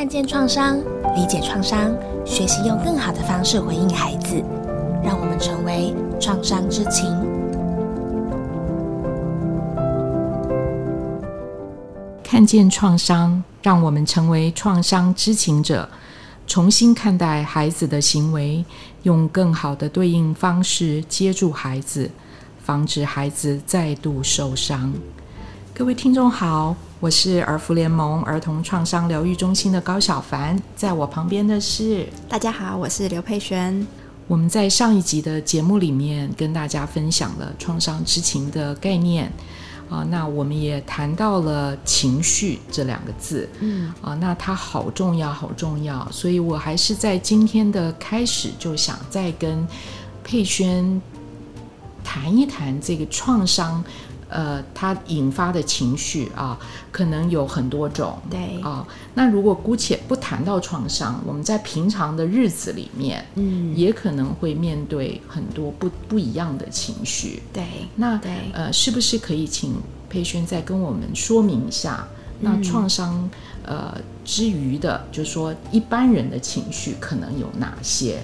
看见创伤，理解创伤，学习用更好的方式回应孩子，让我们成为创伤知情。 看见创伤，让我们成为创伤知情者，重新看待孩子的行为，用更好的对应方式接住孩子，防止孩子再度受伤。各位听众好，我是儿福联盟儿童创伤疗愈中心的高小凡，在我旁边的是大家好，我是刘佩璇。 我们在上一集的节目里面跟大家分享了创伤知情的概念那我们也谈到了情绪这两个字那它好重要好重要，所以我还是在今天的开始就想再跟佩璇谈一谈这个创伤它引发的情绪可能有很多种。 对那如果姑且不谈到创伤，我们在平常的日子里面也可能会面对很多不一样的情绪。 对， 那是不是可以请佩璇再跟我们说明一下那创伤之余的就是说一般人的情绪可能有哪些？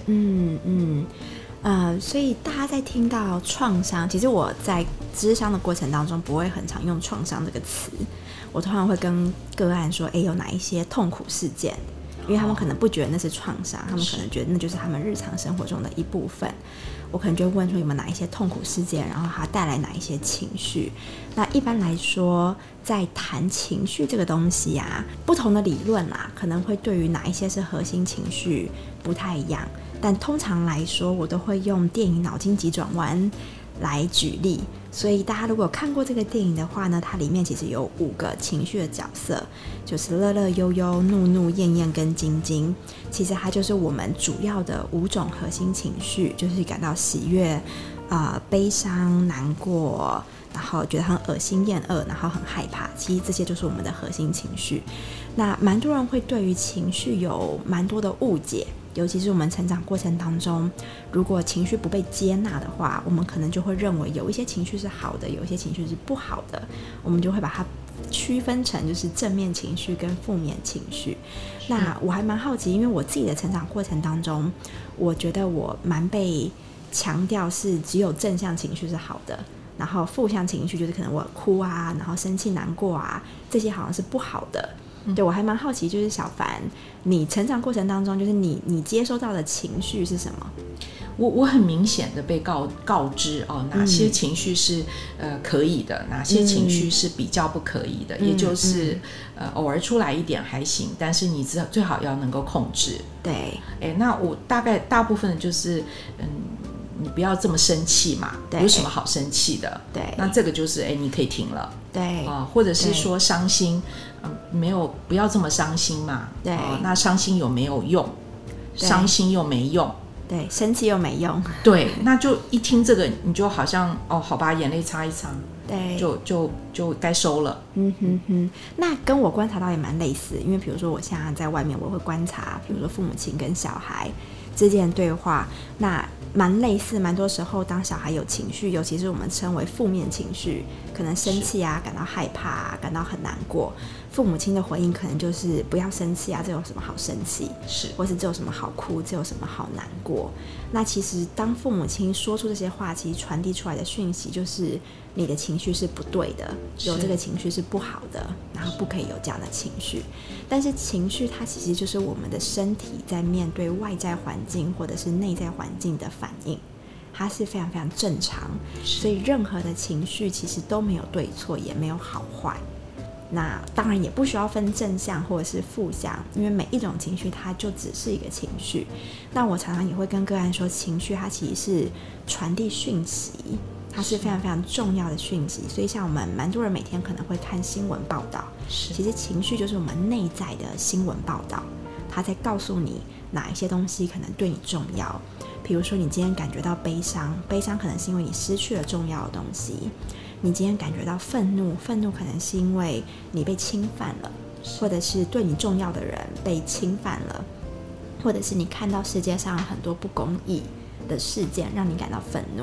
所以大家在听到创伤，其实我在咨商的过程当中不会很常用创伤这个词，我通常会跟个案说有哪一些痛苦事件，因为他们可能不觉得那是创伤，他们可能觉得那就是他们日常生活中的一部分。我可能就会问说有没有哪一些痛苦事件，然后它带来哪一些情绪。那一般来说在谈情绪这个东西不同的理论可能会对于哪一些是核心情绪不太一样，但通常来说我都会用电影脑筋急转弯来举例。所以大家如果有看过这个电影的话呢，它里面其实有5个情绪的角色，就是乐乐、忧忧、怒怒、厌厌跟惊惊。其实它就是我们主要的5种核心情绪，就是感到喜悦、悲伤、难过，然后觉得很恶心、厌恶，然后很害怕。其实这些就是我们的核心情绪。那蛮多人会对于情绪有蛮多的误解，尤其是我们成长过程当中，如果情绪不被接纳的话，我们可能就会认为有一些情绪是好的，有一些情绪是不好的，我们就会把它区分成就是正面情绪跟负面情绪。那我还蛮好奇，因为我自己的成长过程当中，我觉得我蛮被强调是只有正向情绪是好的，然后负向情绪就是可能我哭然后生气难过这些好像是不好的。对，我还蛮好奇，就是小凡你成长过程当中，就是你接收到的情绪是什么？ 我很明显的被告知哪些情绪是可以的，哪些情绪是比较不可以的，也就是偶尔出来一点还行，但是你最好要能够控制。 对， 那我大部分就是你不要这么生气嘛，有什么好生气的？对，那这个就是你可以停了。对或者是说伤心不要这么伤心嘛。对那伤心有没有用？伤心又没用。 对，生气又没用。 对，那就一听这个你就好像好吧，眼泪擦一擦，对，就该收了。 那跟我观察到也蛮类似，因为比如说我现在在外面，我会观察比如说父母亲跟小孩之间的对话，那蛮类似。蛮多时候当小孩有情绪，尤其是我们称为负面情绪，可能生气感到害怕感到很难过，父母亲的回应可能就是不要生气这有什么好生气，是，或是这有什么好哭，这有什么好难过。那其实当父母亲说出这些话，其实传递出来的讯息就是你的情绪是不对的，有这个情绪是不好的，然后不可以有这样的情绪。但是情绪它其实就是我们的身体在面对外在环境或者是内在环境的反应，它是非常非常正常。所以任何的情绪其实都没有对错，也没有好坏。那当然也不需要分正向或者是负向，因为每一种情绪它就只是一个情绪。那我常常也会跟个案说，情绪它其实是传递讯息，它是非常非常重要的讯息。所以像我们蛮多人每天可能会看新闻报道，其实情绪就是我们内在的新闻报道，它在告诉你哪一些东西可能对你重要。比如说你今天感觉到悲伤，悲伤可能是因为你失去了重要的东西。你今天感觉到愤怒，愤怒可能是因为你被侵犯了，或者是对你重要的人被侵犯了，或者是你看到世界上很多不公义的事件让你感到愤怒。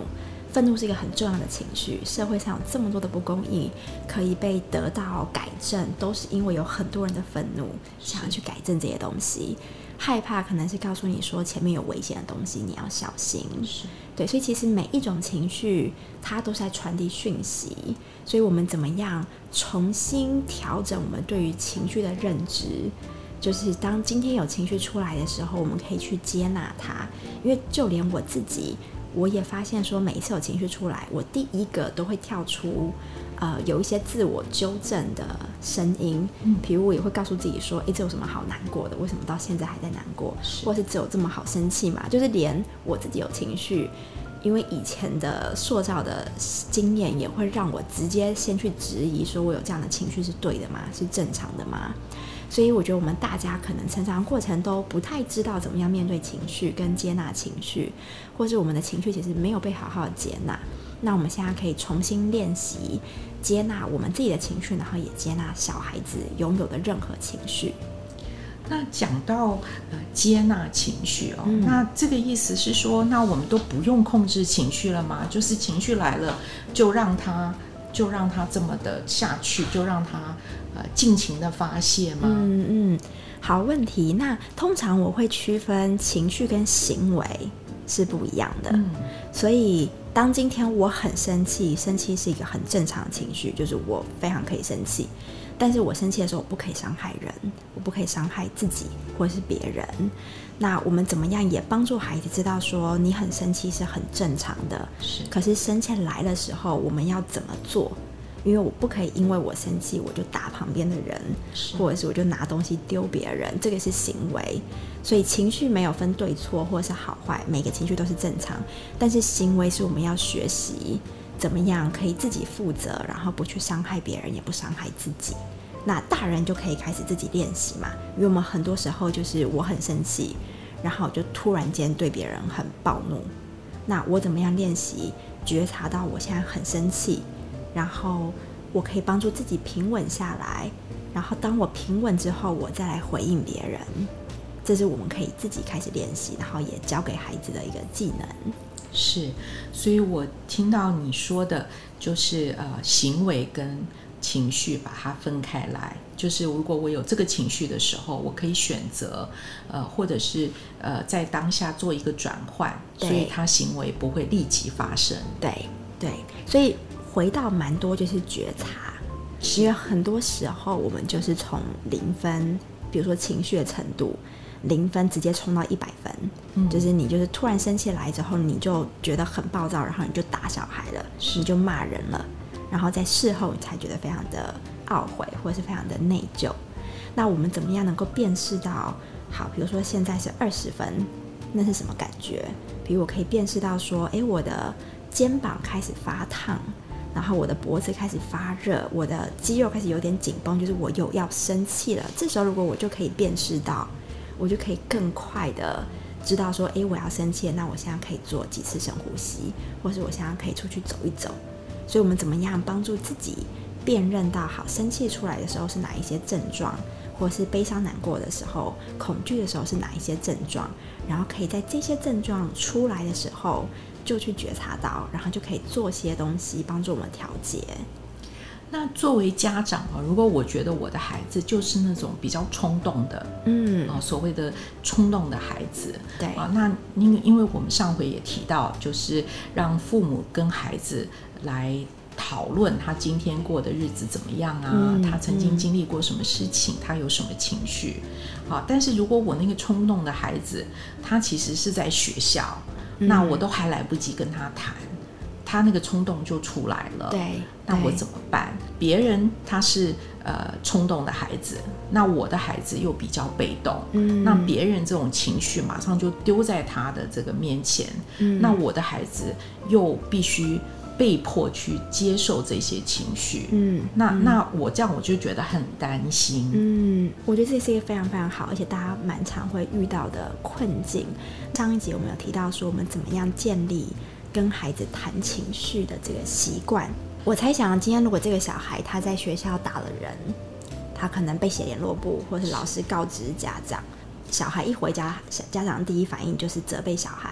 愤怒是一个很重要的情绪，社会上有这么多的不公义可以被得到改正，都是因为有很多人的愤怒想要去改正这些东西。害怕可能是告诉你说前面有危险的东西，你要小心。对，所以其实每一种情绪它都是在传递讯息，所以我们怎么样重新调整我们对于情绪的认知，就是当今天有情绪出来的时候，我们可以去接纳它。因为就连我自己，我也发现说每一次有情绪出来，我第一个都会跳出有一些自我纠正的声音，比如我也会告诉自己说，这有什么好难过的？为什么到现在还在难过？或是只有这么好生气嘛？就是连我自己有情绪，因为以前的塑造的经验也会让我直接先去质疑，说我有这样的情绪是对的吗？是正常的吗？所以我觉得我们大家可能成长过程都不太知道怎么样面对情绪跟接纳情绪，或是我们的情绪其实没有被好好的接纳。那我们现在可以重新练习接纳我们自己的情绪，然后也接纳小孩子拥有的任何情绪。 那讲到接纳情绪那这个意思是说，那我们都不用控制情绪了吗？就是情绪来了就让它这么的下去，就让它尽情的发泄吗？ 好问题。那通常我会区分情绪跟行为是不一样的，所以当今天我很生气，生气是一个很正常的情绪，就是我非常可以生气，但是我生气的时候我不可以伤害人，我不可以伤害自己或者是别人。那我们怎么样也帮助孩子知道说你很生气是很正常的，可是生气来的时候我们要怎么做？因为我不可以因为我生气我就打旁边的人，或者是我就拿东西丢别人，这个是行为。所以情绪没有分对错或者是好坏，每个情绪都是正常，但是行为是我们要学习怎么样可以自己负责，然后不去伤害别人也不伤害自己。那大人就可以开始自己练习嘛，因为我们很多时候就是我很生气，然后我就突然间对别人很暴怒，那我怎么样练习觉察到我现在很生气，然后我可以帮助自己平稳下来，然后当我平稳之后我再来回应别人。这是我们可以自己开始练习，然后也教给孩子的一个技能。 是，所以我听到你说的就是行为跟情绪把它分开来，就是如果我有这个情绪的时候，我可以选择或者是在当下做一个转换，所以它行为不会立即发生。 对，所以回到蛮多就是觉察，因为很多时候我们就是从0分，比如说情绪的程度0分直接冲到100分，就是你就是突然生气来之后，你就觉得很暴躁，然后你就打小孩了，你就骂人了，然后在事后你才觉得非常的懊悔或者是非常的内疚。那我们怎么样能够辨识到，好，比如说现在是20分，那是什么感觉？比如我可以辨识到说，我的肩膀开始发烫，然后我的脖子开始发热，我的肌肉开始有点紧绷，就是我有要生气了。这时候如果我就可以辨识到，我就可以更快的知道说，我要生气了，那我现在可以做几次深呼吸，或是我现在可以出去走一走。所以我们怎么样帮助自己辨认到，好，生气出来的时候是哪一些症状，或是悲伤难过的时候，恐惧的时候是哪一些症状，然后可以在这些症状出来的时候就去觉察到，然后就可以做些东西帮助我们调节。 那作为家长如果我觉得我的孩子就是那种比较冲动的，所谓的冲动的孩子， 对那因为我们上回也提到，就是让父母跟孩子来讨论他今天过的日子怎么样啊，他曾经经历过什么事情，他有什么情绪。但是如果我那个冲动的孩子他其实是在学校，那我都还来不及跟他谈，他那个冲动就出来了， 对， 那我怎么办？别人他是冲动的孩子，那我的孩子又比较被动，那别人这种情绪马上就丢在他的这个面前，那我的孩子又必须被迫去接受这些情绪，那我这样我就觉得很担心。 我觉得这是一个非常非常好，而且大家蛮常会遇到的困境。上一集我们有提到说，我们怎么样建立跟孩子谈情绪的这个习惯。我猜想今天如果这个小孩他在学校打了人，他可能被写联络簿，或是老师告知家长，小孩一回家，家长第一反应就是责备小孩，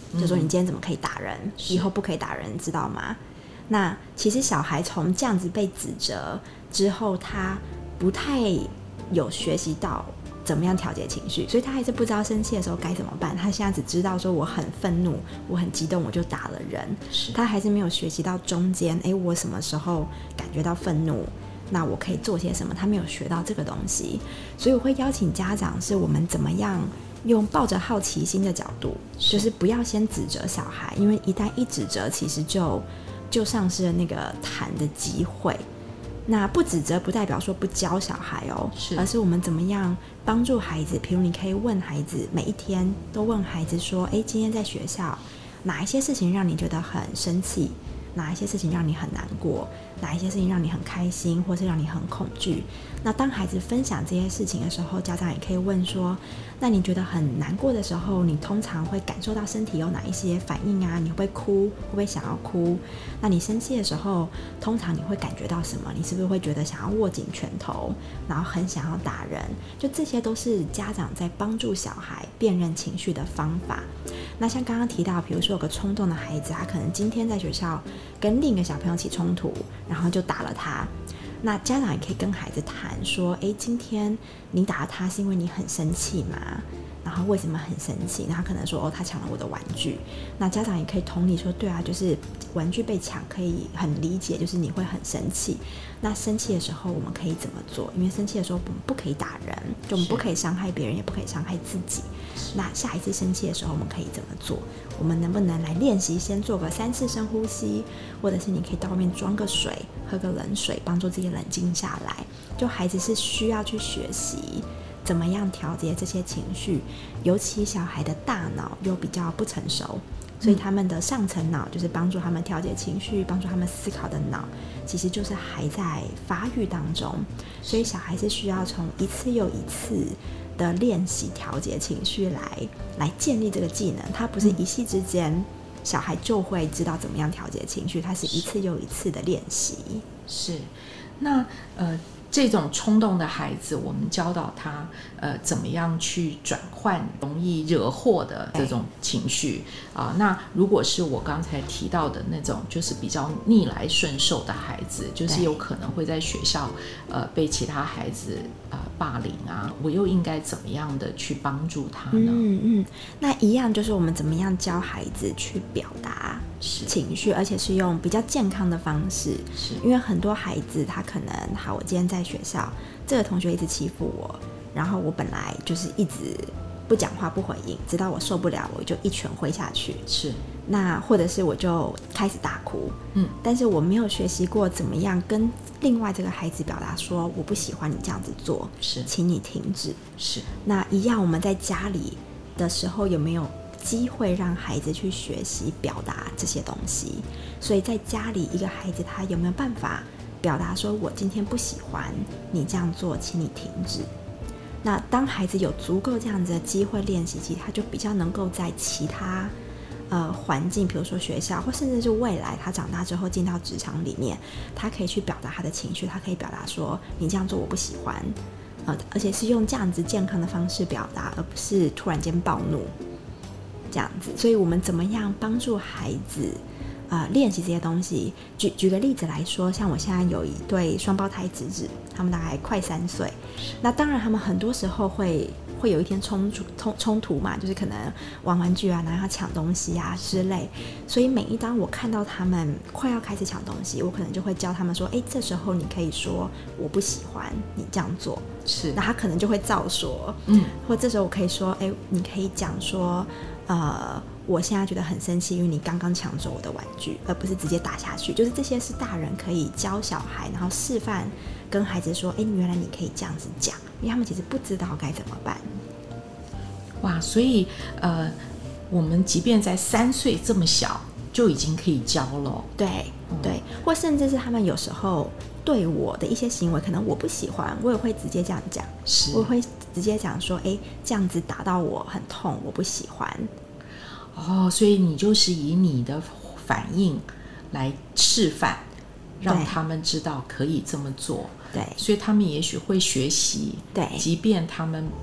就说你今天怎么可以打人，以后不可以打人，知道吗？那其实小孩从这样子被指责之后，他不太有学习到怎么样调节情绪，所以他还是不知道生气的时候该怎么办。他现在只知道说我很愤怒，我很激动，我就打了人。他还是没有学习到中间，我什么时候感觉到愤怒，那我可以做些什么，他没有学到这个东西。所以我会邀请家长，是我们怎么样用抱着好奇心的角度，就是不要先指责小孩，因为一旦一指责，其实就丧失了那个谈的机会。那不指责不代表说不教小孩哦，而是我们怎么样帮助孩子。比如你可以问孩子，每一天都问孩子说，今天在学校哪一些事情让你觉得很生气，哪一些事情让你很难过，哪一些事情让你很开心，或是让你很恐惧。那当孩子分享这些事情的时候，家长也可以问说，那你觉得很难过的时候，你通常会感受到身体有哪一些反应啊？你会不会哭？会不会想要哭？那你生气的时候，通常你会感觉到什么？你是不是会觉得想要握紧拳头，然后很想要打人？就这些都是家长在帮助小孩辨认情绪的方法。那像刚刚提到，比如说有个冲动的孩子，他可能今天在学校跟另一个小朋友起冲突，然后就打了他。那家长也可以跟孩子谈说，今天你打了他是因为你很生气吗？然后为什么很生气？那他可能说，他抢了我的玩具。那家长也可以同理说，对啊，就是玩具被抢，可以很理解，就是你会很生气。那生气的时候我们可以怎么做？因为生气的时候我们不可以打人，就我们不可以伤害别人，也不可以伤害自己。那下一次生气的时候我们可以怎么做？我们能不能来练习，先做个3次深呼吸，或者是你可以到外面装个水，喝个冷水，帮助自己冷静下来。就孩子是需要去学习怎么样调节这些情绪，尤其小孩的大脑又比较不成熟，所以他们的上层脑就是帮助他们调节情绪，帮助他们思考的脑，其实就是还在发育当中。所以小孩是需要从一次又一次的练习调节情绪来建立这个技能。它不是一夕之间小孩就会知道怎么样调节情绪，它是一次又一次的练习。 是，那这种冲动的孩子，我们教导他怎么样去转换容易惹祸的这种情绪啊。那如果是我刚才提到的那种，就是比较逆来顺受的孩子，就是有可能会在学校被其他孩子霸凌啊，我又应该怎么样的去帮助他呢？ 那一样就是我们怎么样教孩子去表达情绪，而且是用比较健康的方式。因为很多孩子他可能我今天在学校，这个同学一直欺负我，然后我本来就是一直不讲话不回应，直到我受不了，我就一拳挥下去。那或者是我就开始大哭。但是我没有学习过怎么样跟另外这个孩子表达说，我不喜欢你这样子做，请你停止。那一样，我们在家里的时候有没有机会让孩子去学习表达这些东西？所以在家里，一个孩子他有没有办法表达说，我今天不喜欢你这样做，请你停止。那当孩子有足够这样子的机会练习，其实他就比较能够在其他环境，比如说学校，或甚至是未来他长大之后进到职场里面，他可以去表达他的情绪，他可以表达说，你这样做我不喜欢，而且是用这样子健康的方式表达，而不是突然间暴怒这样子。所以我们怎么样帮助孩子练习这些东西？举个例子来说，像我现在有一对双胞胎侄子，他们大概快3岁。那当然他们很多时候会有一天冲突嘛，就是可能玩玩具啊，然后要抢东西啊之类。所以每一当我看到他们快要开始抢东西，我可能就会教他们说，这时候你可以说我不喜欢你这样做。那他可能就会照说。或这时候我可以说，你可以讲说我现在觉得很生气，因为你刚刚抢走我的玩具，而不是直接打下去。就是这些是大人可以教小孩，然后示范跟孩子说，原来你可以这样子讲，因为他们其实不知道该怎么办。 哇，所以我们即便在3岁这么小就已经可以教了。 对，或甚至是他们有时候对我的一些行为，可能我不喜欢，我也会直接这样讲。我会直接讲说，这样子打到我很痛，我不喜欢。 所以你就是以你的反应来示范，让他们知道可以这么做。所以他们也许会学习。即便他们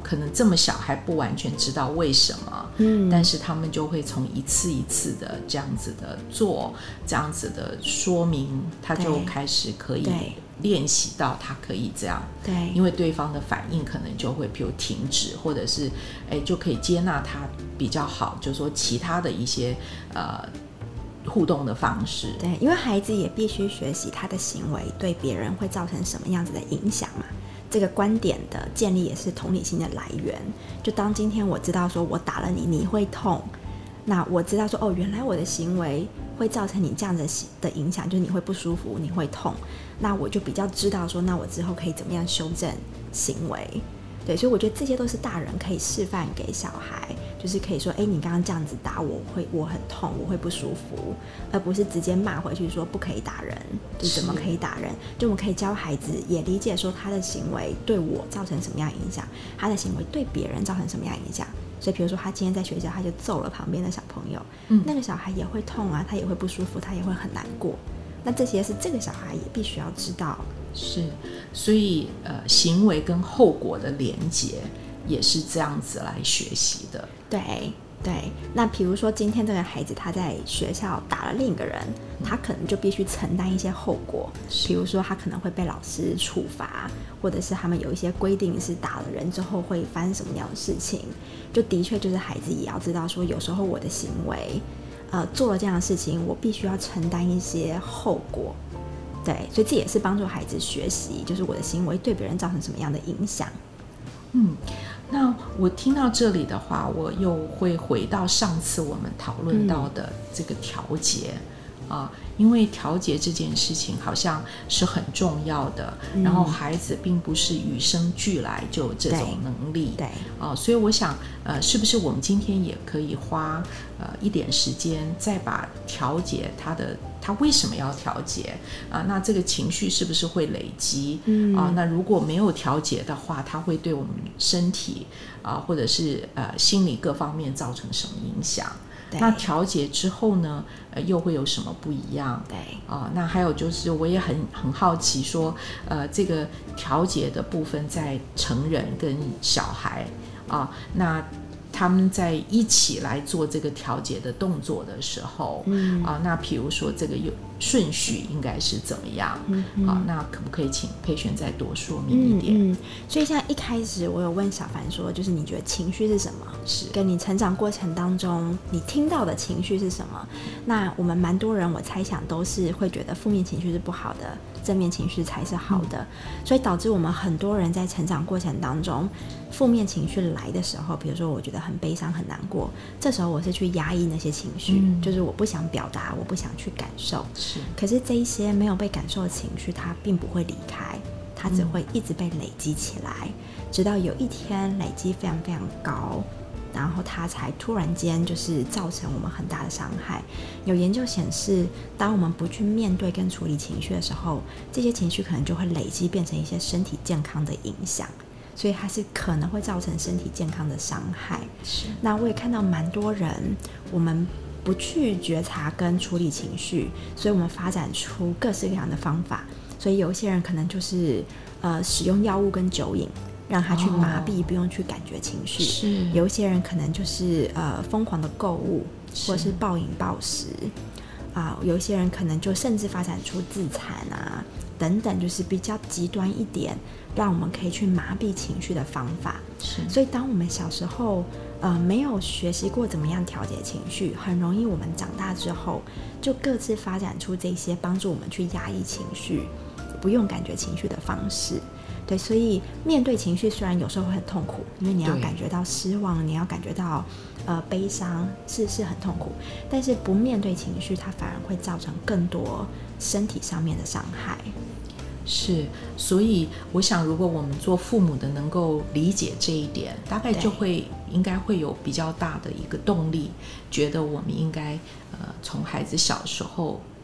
可能这么小还不完全知道为什么，但是他们就会从一次一次的这样子的做，这样子的说明，他就开始可以练习到他可以这样， 对， 因为对方的反应可能就会比如停止，或者是就可以接纳他比较好，就是说其他的一些互动的方式。 对，因为孩子也必须学习他的行为对别人会造成什么样子的影响嘛。这个观点的建立也是同理心的来源。就当今天我知道说我打了你，你会痛，那我知道说原来我的行为会造成你这样的影响，就是你会不舒服，你会痛，那我就比较知道说那我之后可以怎么样修正行为。对，所以我觉得这些都是大人可以示范给小孩，就是可以说你刚刚这样子打我，我很痛，我会不舒服，而不是直接骂回去说不可以打人，就怎么可以打人。就我们可以教孩子也理解说他的行为对我造成什么样影响，他的行为对别人造成什么样影响。所以比如说他今天在学校他就揍了旁边的小朋友，那个小孩也会痛啊，他也会不舒服，他也会很难过。那这些是这个小孩也必须要知道。 是，所以行为跟后果的连结也是这样子来学习的。 对，那比如说今天这个孩子他在学校打了另一个人，他可能就必须承担一些后果，比如说他可能会被老师处罚，或者是他们有一些规定是打了人之后会发生什么样的事情。就的确就是孩子也要知道说有时候我的行为做了这样的事情，我必须要承担一些后果。对，所以这也是帮助孩子学习，就是我的行为对别人造成什么样的影响。 那我听到这里的话，我又会回到上次我们讨论到的这个调节因为调节这件事情好像是很重要的，然后孩子并不是与生俱来就有这种能力， 对所以我想是不是我们今天也可以花一点时间，再把调节他为什么要调节那这个情绪是不是会累积那如果没有调节的话，它会对我们身体或者是心理各方面造成什么影响？那调节之后呢又会有什么不一样？ 对那还有就是我也很好奇说这个调节的部分在成人跟小孩那他们在一起来做这个调节的动作的时候那比如说这个顺序应该是怎么样那可不可以请佩璇再多说明一点？ 所以像一开始我有问小凡说，就是你觉得情绪是什么？ 是跟你成长过程当中你听到的情绪是什么？那我们蛮多人我猜想都是会觉得负面情绪是不好的，正面情绪才是好的所以导致我们很多人在成长过程当中，负面情绪来的时候，比如说我觉得很悲伤很难过，这时候我是去压抑那些情绪就是我不想表达，我不想去感受可是这一些没有被感受的情绪它并不会离开，它只会一直被累积起来直到有一天累积非常非常高，然后它才突然间就是造成我们很大的伤害。有研究显示，当我们不去面对跟处理情绪的时候，这些情绪可能就会累积变成一些身体健康的影响，所以它是可能会造成身体健康的伤害。那我也看到蛮多人我们不去觉察跟处理情绪，所以我们发展出各式各样的方法。所以有一些人可能就是使用药物跟酒瘾让他去麻痹不用去感觉情绪有一些人可能就是疯狂的购物或是暴饮暴食有一些人可能就甚至发展出自残等等，就是比较极端一点让我们可以去麻痹情绪的方法。所以当我们小时候没有学习过怎么样调节情绪，很容易我们长大之后就各自发展出这些帮助我们去压抑情绪不用感觉情绪的方式。对，所以面对情绪虽然有时候会很痛苦，因为你要感觉到失望，你要感觉到悲伤是很痛苦，但是不面对情绪它反而会造成更多身体上面的伤害。 是，所以我想如果我们做父母的能够理解这一点，大概就会应该会有比较大的一个动力，觉得我们应该从孩子小时候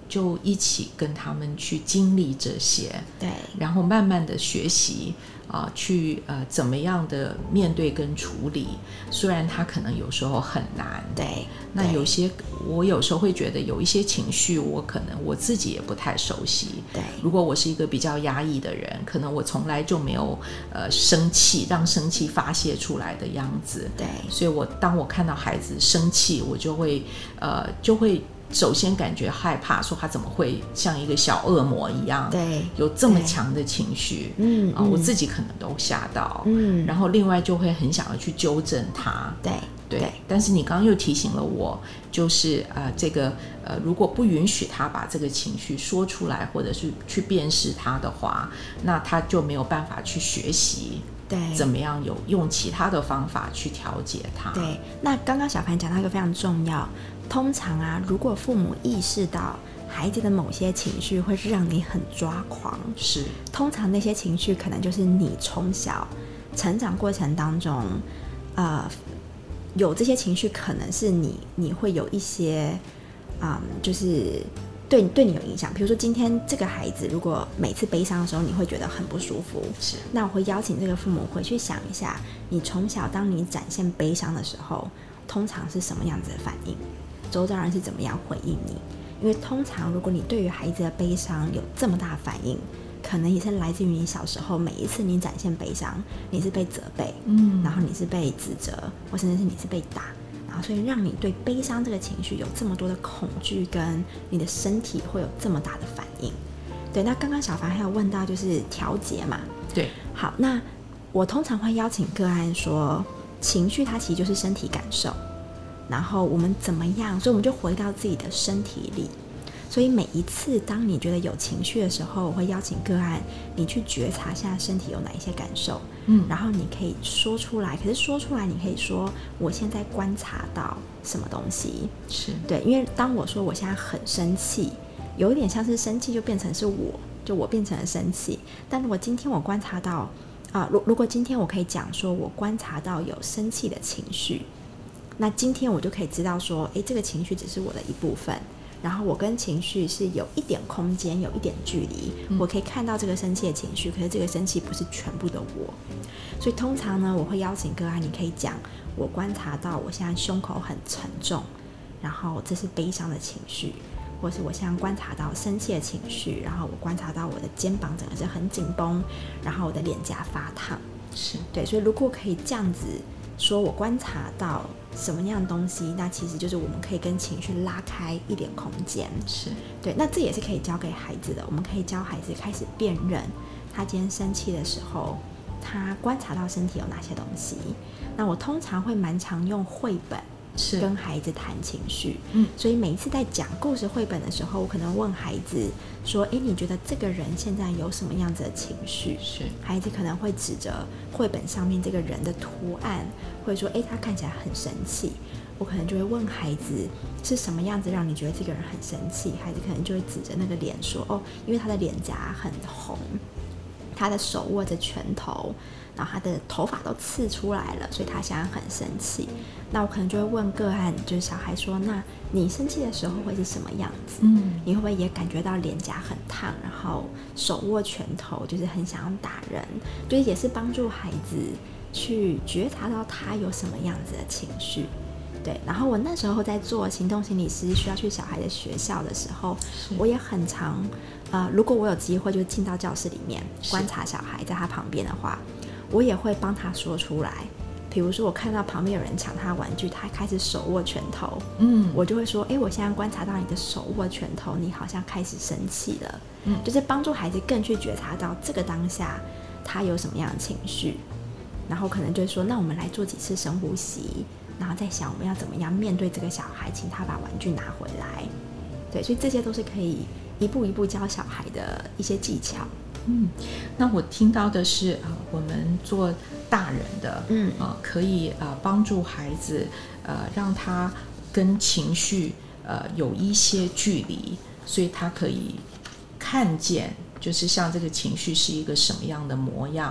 就一起跟他们去经历这些， 对， 然后慢慢的学习去怎么样的面对跟处理，虽然它可能有时候很难， 对， 那我有时候会觉得有一些情绪我可能我自己也不太熟悉， 对， 如果我是一个比较压抑的人，可能我从来就没有生气，让生气发泄出来的样子， 对， 所以当我看到孩子生气，我就会首先感觉害怕，说他怎么会像一个小恶魔一样， 对， 有这么强的情绪，我自己可能都吓到，然后另外就会很想要去纠正他，对。但是你刚刚又提醒了我，就是这个如果不允许他把这个情绪说出来，或者是去辨识他的话，那他就没有办法去学习。 对， 怎么样用其他的方法去调节它？ 对，那刚刚小凡讲到一个非常重要，通常如果父母意识到孩子的某些情绪会让你很抓狂， 是， 通常那些情绪可能就是你从小成长过程当中，有这些情绪，可能是你会有一些，就是对你有影响。比如说今天这个孩子如果每次悲伤的时候你会觉得很不舒服， 是， 那我会邀请这个父母回去想一下，你从小当你展现悲伤的时候通常是什么样子的反应，周遭人是怎么样回应你。因为通常如果你对于孩子的悲伤有这么大的反应，可能也是来自于你小时候每一次你展现悲伤你是被责备，然后你是被指责，或甚至是你是被打，然后所以让你对悲伤这个情绪有这么多的恐惧，跟你的身体会有这么大的反应。对，那刚刚小凡还有问到就是调节嘛， 对， 好，那我通常会邀请个案说，情绪它其实就是身体感受，然后我们怎么样，所以我们就回到自己的身体里。所以每一次当你觉得有情绪的时候，我会邀请个案你去觉察现在身体有哪一些感受，然后你可以说出来。可是说出来你可以说我现在观察到什么东西，是对，因为当我说我现在很生气，有一点像是生气就变成是我变成了生气。但如果今天我观察到如果今天我可以讲说我观察到有生气的情绪，那今天我就可以知道说这个情绪只是我的一部分，然后我跟情绪是有一点空间，有一点距离，我可以看到这个生气的情绪，可是这个生气不是全部的我。所以通常呢，我会邀请个案，你可以讲我观察到我现在胸口很沉重，然后这是悲伤的情绪，或是我现在观察到生气的情绪，然后我观察到我的肩膀整个是很紧绷，然后我的脸颊发烫，是对。所以如果可以这样子说我观察到什么样的东西，那其实就是我们可以跟情绪拉开一点空间，是对。那这也是可以教给孩子的，我们可以教孩子开始辨认他今天生气的时候他观察到身体有哪些东西。那我通常会蛮常用绘本跟孩子谈情绪，所以每一次在讲故事绘本的时候，我可能问孩子说你觉得这个人现在有什么样子的情绪？是孩子可能会指着绘本上面这个人的图案，会说他看起来很生气。我可能就会问孩子是什么样子让你觉得这个人很生气，孩子可能就会指着那个脸说因为他的脸颊很红，他的手握着拳头，然后他的头发都刺出来了，所以他现在很生气。那我可能就会问个案，就是小孩说，那你生气的时候会是什么样子？你会不会也感觉到脸颊很烫，然后手握拳头，就是很想要打人？就是也是帮助孩子去觉察到他有什么样子的情绪。对，然后我那时候在做行动心理师，需要去小孩的学校的时候，我也很常如果我有机会就进到教室里面观察小孩，在他旁边的话，我也会帮他说出来。比如说我看到旁边有人抢他玩具，他开始手握拳头，我就会说我现在观察到你的手握拳头，你好像开始生气了，就是帮助孩子更去觉察到这个当下他有什么样的情绪。然后可能就会说，那我们来做几次深呼吸，然后再想我们要怎么样面对这个小孩，请他把玩具拿回来。对，所以这些都是可以一步一步教小孩的一些技巧。 那我听到的是我们做大人的可以帮助孩子让他跟情绪有一些距离，所以他可以看见就是像这个情绪是一个什么样的模样，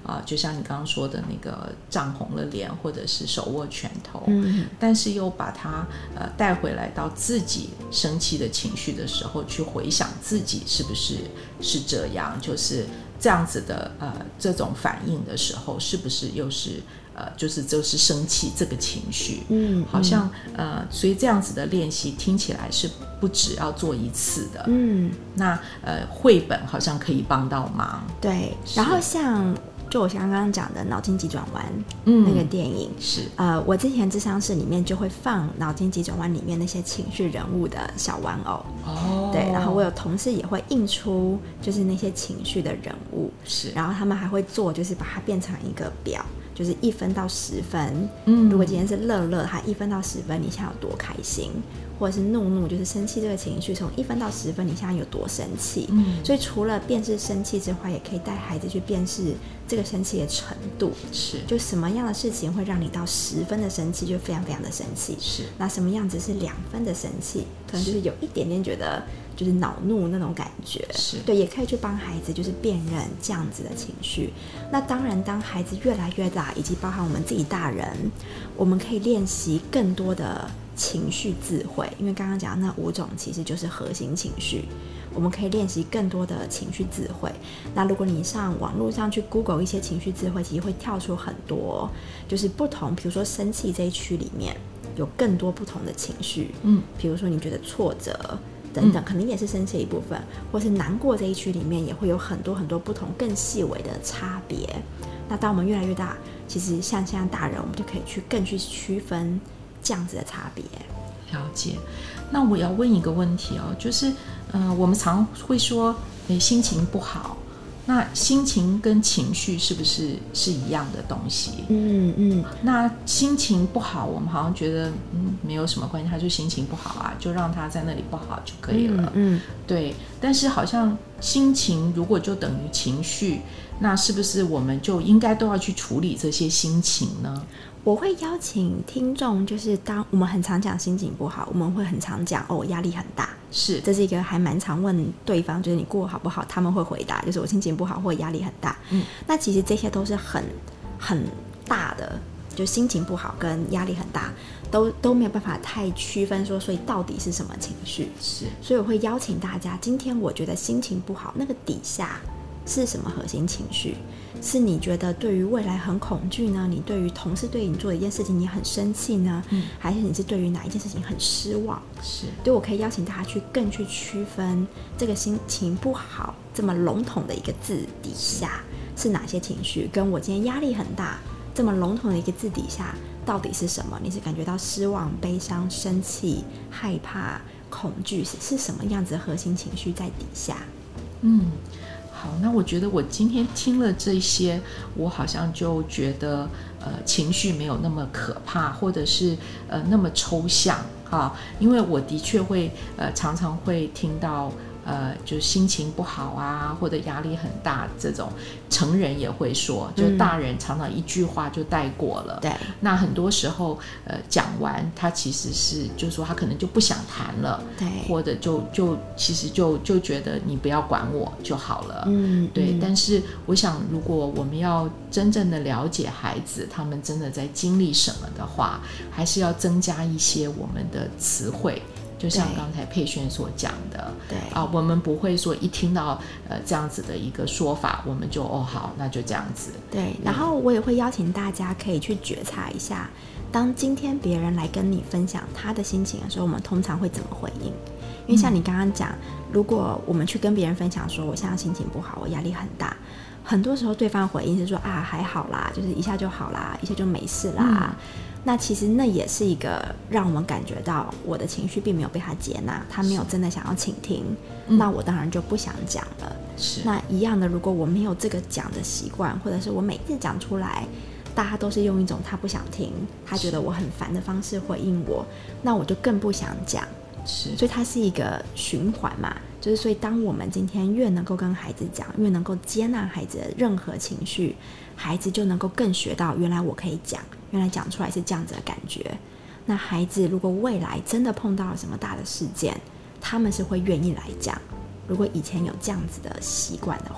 就像你刚刚说的那个涨红了脸，或者是手握拳头，但是又把它带回来到自己生气的情绪的时候，去回想自己是不是这样，就是这样子的这种反应的时候，是不是又是就是生气这个情绪，好像所以这样子的练习听起来是不只要做一次的，那绘本好像可以帮到忙， 对，然后像就我刚刚讲的脑筋急转弯那个电影， 是我之前諮商室里面就会放脑筋急转弯里面那些情绪人物的小玩偶，对，然后我有同事也会印出就是那些情绪的人物， 是， 然后他们还会做就是把它变成一个表，就是1分到10分，如果今天是乐乐，他1分到10分你现在有多开心，或者是怒就是生气这个情绪从1分到10分你现在有多生气，所以除了辨识生气之外，也可以带孩子去辨识这个生气的程度， 是， 就什么样的事情会让你到10分的生气，就非常非常的生气， 是， 那什么样子是2分的生气，可能就是有一点点觉得就是恼怒那种感觉， 是，对， 也可以去帮孩子就是辨认这样子的情绪。那当然当孩子越来越大，以及包含我们自己大人，我们可以练习更多的情绪智慧，因为刚刚讲的那5种其实就是核心情绪，我们可以练习更多的情绪智慧。那如果你上网络上去 Google 一些情绪智慧，其实会跳出很多就是不同，比如说生气这一区里面有更多不同的情绪，比如说你觉得挫折等等，可能也是生气的一部分，或是难过这一区里面也会有很多很多不同更细微的差别。那当我们越来越大，其实像现在大人，我们就可以更去区分这样子的差别。 了解。那我要问一个问题哦，就是我们常会说心情不好，那心情跟情绪是不是一样的东西？那心情不好，我们好像觉得没有什么关系，他就心情不好啊，就让他在那里不好就可以了。对。但是好像心情如果就等于情绪，那是不是我们就应该都要去处理这些心情呢？ 我会邀请听众，就是当我们很常讲心情不好，我们会很常讲我压力很大， 是， 这是一个还蛮常问对方，就是你过好不好，他们会回答就是我心情不好或压力很大。那其实这些都是很大的，就心情不好跟压力很大都没有办法太区分说，所以到底是什么情绪？ 是， 所以我会邀请大家，今天我觉得心情不好，那个底下是什么核心情绪？是你觉得对于未来很恐惧呢？你对于同事对你做的一件事情你很生气呢？还是你是对于哪一件事情很失望？ 是， 对，我可以邀请大家更去区分这个心情不好这么笼统的一个字底下是哪些情绪，跟我今天压力很大这么笼统的一个字底下到底是什么？你是感觉到失望、悲伤、生气、害怕、恐惧，是什么样子的核心情绪在底下？ 好，那我觉得我今天听了这些，我好像就觉得情绪没有那么可怕，或者是那么抽象啊，因为我的确会常常会听到就心情不好啊，或者压力很大，这种成人也会说，就大人常常一句话就带过了。 对， 那很多时候讲完，他其实是就是说他可能就不想谈了， 对， 或者其实就觉得你不要管我就好了。对。但是我想，如果我们要真正的了解孩子，他们真的在经历什么的话，还是要增加一些我们的词汇。就像刚才佩璇所讲的， 对我们不会说一听到这样子的一个说法，我们就好，那就这样子。 对，然后我也会邀请大家可以去觉察一下，当今天别人来跟你分享他的心情的时候，我们通常会怎么回应？因为像你刚刚讲，如果我们去跟别人分享说我现在心情不好，我压力很大，很多时候对方回应是说还好啦，就是一下就好啦，一下就没事啦。那其实那也是一个让我们感觉到我的情绪并没有被他接纳，他没有真的想要倾听，那我当然就不想讲了。 是， 那一样的，如果我没有这个讲的习惯，或者是我每次讲出来大家都是用一种他不想听，他觉得我很烦的方式回应我，那我就更不想讲。 是， 所以它是一个循环嘛，就是所以当我们今天越能够跟孩子讲，越能够接纳孩子的任何情绪，孩子就能够更学到原来我可以讲，原来讲出来是这样子的感觉。那孩子如果未来真的碰到了什么大的事件，他们是会愿意来讲，如果以前有这样子的习惯的话。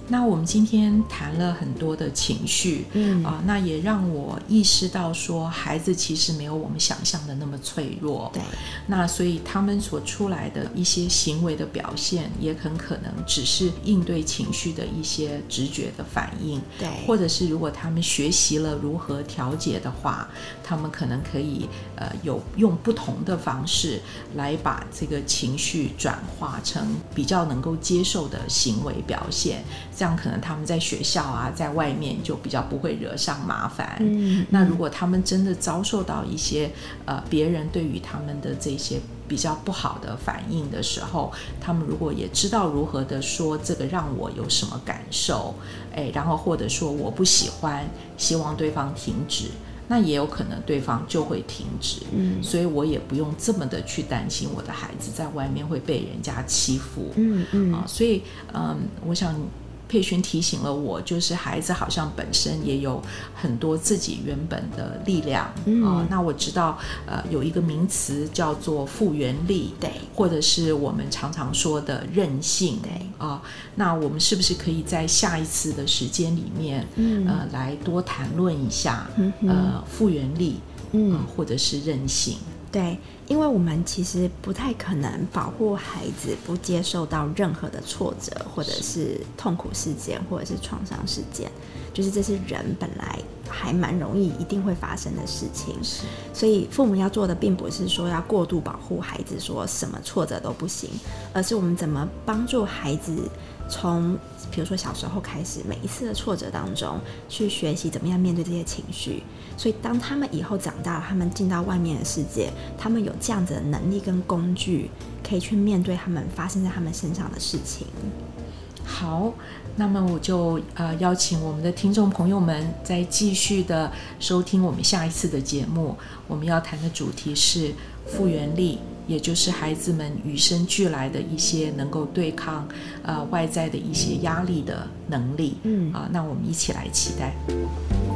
那我们今天谈了很多的情绪，那也让我意识到说，孩子其实没有我们想象的那么脆弱。 对， 那所以他们所出来的一些行为的表现，也很可能只是应对情绪的一些直觉的反应。 对， 或者是如果他们学习了如何调节的话，他们可能可以用不同的方式来把这个情绪转化成比较能够接受的行为表现。这样可能他们在学校啊，在外面就比较不会惹上麻烦。那如果他们真的遭受到一些别人对于他们的这些比较不好的反应的时候，他们如果也知道如何的说这个让我有什么感受，然后或者说我不喜欢，希望对方停止，那也有可能对方就会停止。所以我也不用这么的去担心我的孩子在外面会被人家欺负。所以我想佩璇提醒了我，就是孩子好像本身也有很多自己原本的力量。那我知道有一个名词叫做复原力， 对， 或者是我们常常说的韧性。 对， 那我们是不是可以在下一次的时间里面来多谈论一下复原力或者是韧性？ 对，因为我们其实不太可能保护孩子不接受到任何的挫折，或者是痛苦事件，或者是创伤事件，就是这是人本来还蛮容易一定会发生的事情。所以父母要做的并不是说要过度保护孩子，说什么挫折都不行，而是我们怎么帮助孩子从比如说小时候开始，每一次的挫折当中去学习怎么样面对这些情绪。所以当他们以后长大，他们进到外面的世界，他们有这样子的能力跟工具，可以去面对他们发生在他们身上的事情。 好，那么我就邀请我们的听众朋友们再继续的收听我们下一次的节目。我们要谈的主题是复原力，也就是孩子们与生俱来的一些能够对抗外在的一些压力的能力。那我们一起来期待。